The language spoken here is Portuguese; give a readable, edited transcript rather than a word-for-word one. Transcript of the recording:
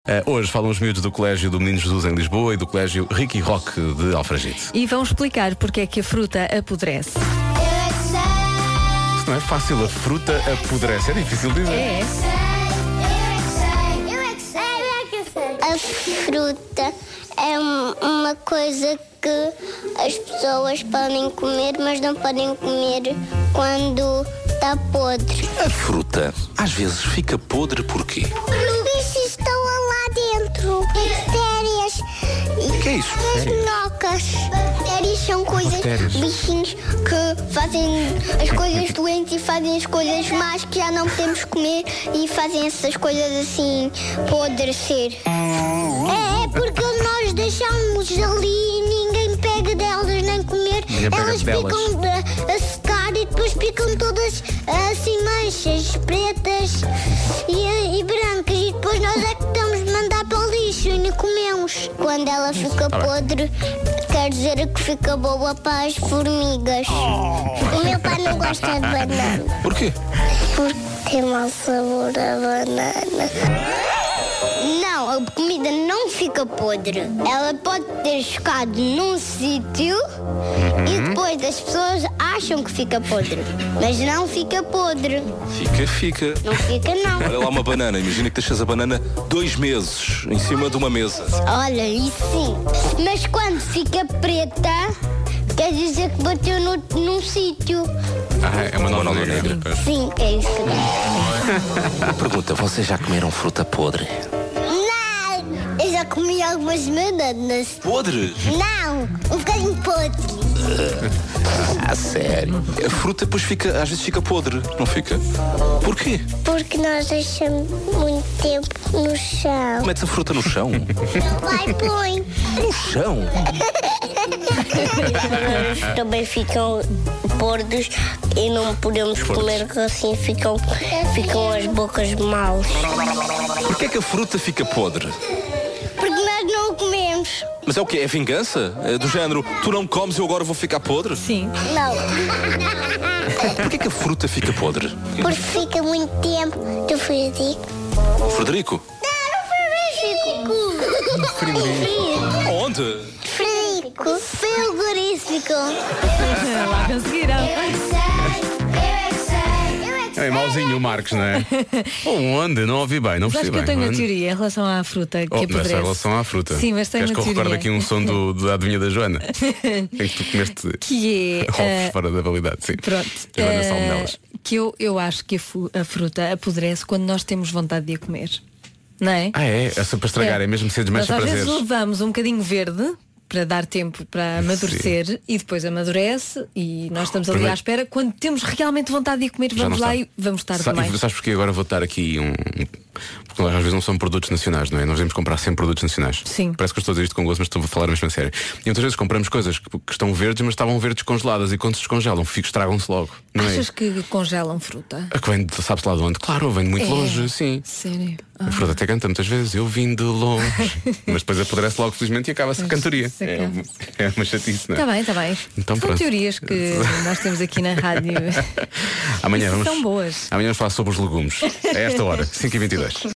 Hoje falam os miúdos do Colégio do Menino Jesus em Lisboa e do Colégio Ricky Roque de Alfragide. E vão explicar porque é que a fruta apodrece. Isto não é fácil, a fruta apodrece, é difícil dizer. É. A fruta é uma coisa que as pessoas podem comer, mas não podem comer quando está podre. A fruta às vezes fica podre porquê? Os bichos estão lá dentro. Bactérias. O que é isso? As minhocas. Bactérias são coisas, Bactérias. bichinhos que fazem as coisas doentes e fazem as coisas más que já não podemos comer e fazem essas coisas assim apodrecer. É porque nós deixamos ali e ninguém pega delas nem comer. Ninguém pega Elas delas. ficam a secar e depois ficam todas assim manchas pretas e brancas e depois nós é que estamos de mandar para o lixo e não comemos. Quando ela fica podre, quer dizer que fica boa para as formigas. O meu pai não gosta de banana Porquê? porque tem mau sabor a banana. Não, a comida não fica podre. Ela pode ter ficado num sítio e depois as pessoas acham que fica podre. Mas não fica podre. Fica. Não fica, não. Olha lá uma banana, imagina que deixas a banana 2 meses em cima de uma mesa. Olha, isso sim. Mas quando fica preta, quer dizer que bateu num sítio. É uma nova nova negra. negra. Pois. Sim, é isso que dá. Pergunta, vocês já comeram fruta podre? Não! Eu já comi algumas bananas. Podre? Não! Um bocadinho podre. Ah, sério? A fruta depois às vezes fica podre, não fica? Porquê? Porque nós deixamos muito tempo no chão. Metes a fruta no chão? Vai, põe. No chão? Também ficam podres e não podemos comer, que assim ficam as bocas maus. Porquê é que a fruta fica podre? Porque nós não o comemos. Mas é o quê? É vingança? É do género, tu não comes e eu agora vou ficar podre? Sim. Não. Porquê que a fruta fica podre? Porque fica muito tempo do frigorífico. Frederico? Não, frigorífico. Onde? Frigorífico. Lá conseguiram. É mauzinho o Marcos, não é? Onde? Não ouvi bem, não Mas percebi acho que eu bem. tenho uma Onde? teoria em relação à fruta que Nessa apodrece. relação à fruta. Sim, mas tenho Queres uma que eu recorde teoria. aqui um som da adivinha da Joana? Em que tu comeste Que é... ovos fora da validade, sim. Pronto. Joana Salmonelas. Que eu acho que a fruta apodrece quando nós temos vontade de a comer. Não é? É só para estragar, é mesmo ser desmancha Nós às prazeres. vezes levamos um bocadinho verde para dar tempo para amadurecer e depois amadurece e nós estamos ali Primeiro- à espera. Quando temos realmente vontade de comer, Já vamos não lá está. e vamos tarde E demais. sabes porque agora vou dar aqui porque às vezes não são produtos nacionais, não é? Nós devemos comprar sempre produtos nacionais. Sim. Parece que eu estou a dizer isto com gozo, mas estou a falar mesmo a sério. E muitas vezes compramos coisas que estão verdes, mas estavam verdes congeladas e quando se descongelam, estragam-se logo. Não Achas é? que congelam fruta? A que vem, sabe-se lá de onde? Claro, vem de muito É. longe, sim. Sério? A fruta até canta muitas vezes, eu vim de longe. Mas depois apodrece logo, felizmente, e acaba-se a cantoria. se É, acaba. é uma chatice, não é? Está bem. Então, São pronto. teorias que nós temos aqui na rádio. Amanhã Isso vamos, são boas. amanhã vamos falar sobre os legumes. A esta hora, 5h22.